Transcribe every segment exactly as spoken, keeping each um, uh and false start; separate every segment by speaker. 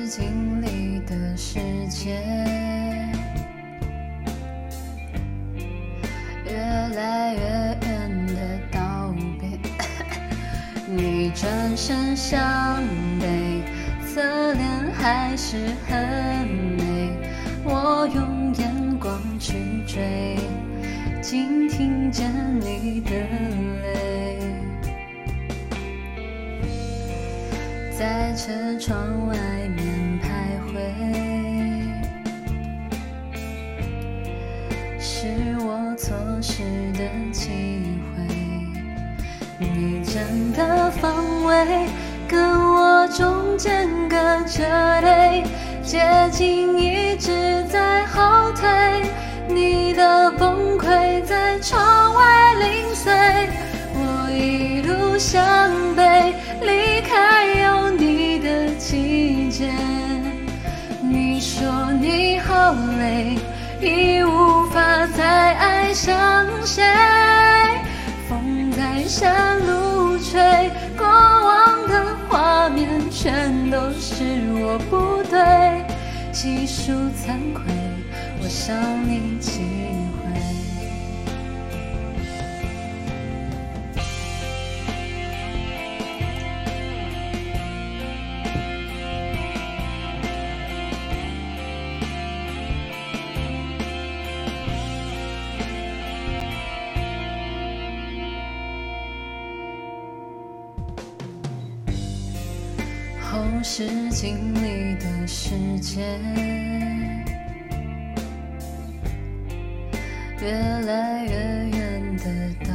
Speaker 1: 经历的世界，越来越远的道别。你转身向北，侧脸还是很美。我用眼光去追，竟听见你的泪。在车窗外面徘徊，是我错失的机会。你站的方位跟我中间隔着泪，接近一直在后退，你的崩溃在窗外零碎。我一路向北，离开有你的季节。你说你好累，已无法再爱上谁。风在山路吹，过往的画面全都是我不对。细数惭愧，我想你几回。后视镜里的世界，越来越远的道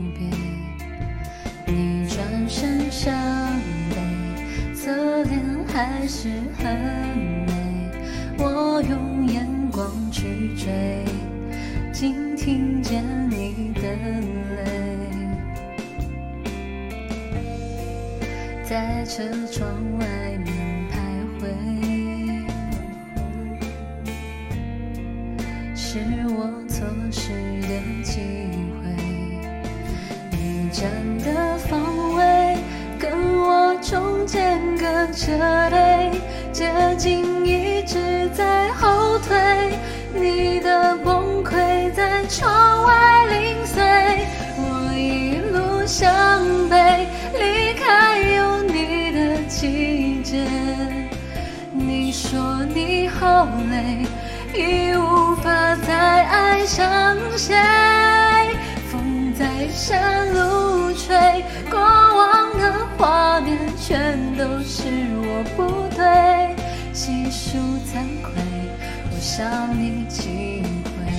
Speaker 1: 别。你转身向北，侧脸还是很美。我用眼光去追，竟听见你的泪。在车窗外面徘徊，是我错失的机会。你站的方位跟我中间隔着泪，接近一直在后退，你的崩溃在窗外零碎。我一路向北，离开有你的季节。你说你好累，已无法再爱上谁。风在山路吹，过往的画面全都是我不对。细数惭愧，我想你几回。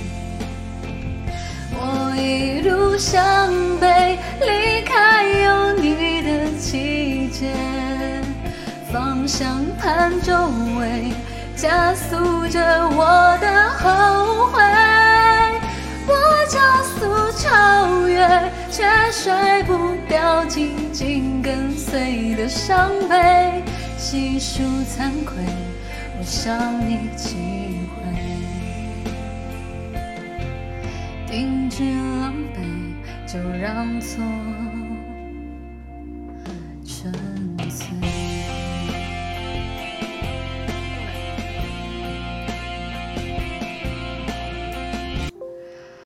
Speaker 1: 我一路向北，离开有你的季节。方向盘周围加速着我的后悔，我加速超越，却甩不掉紧紧跟随的伤悲。细数惭愧，我想你几回。停止狼狈，就让错成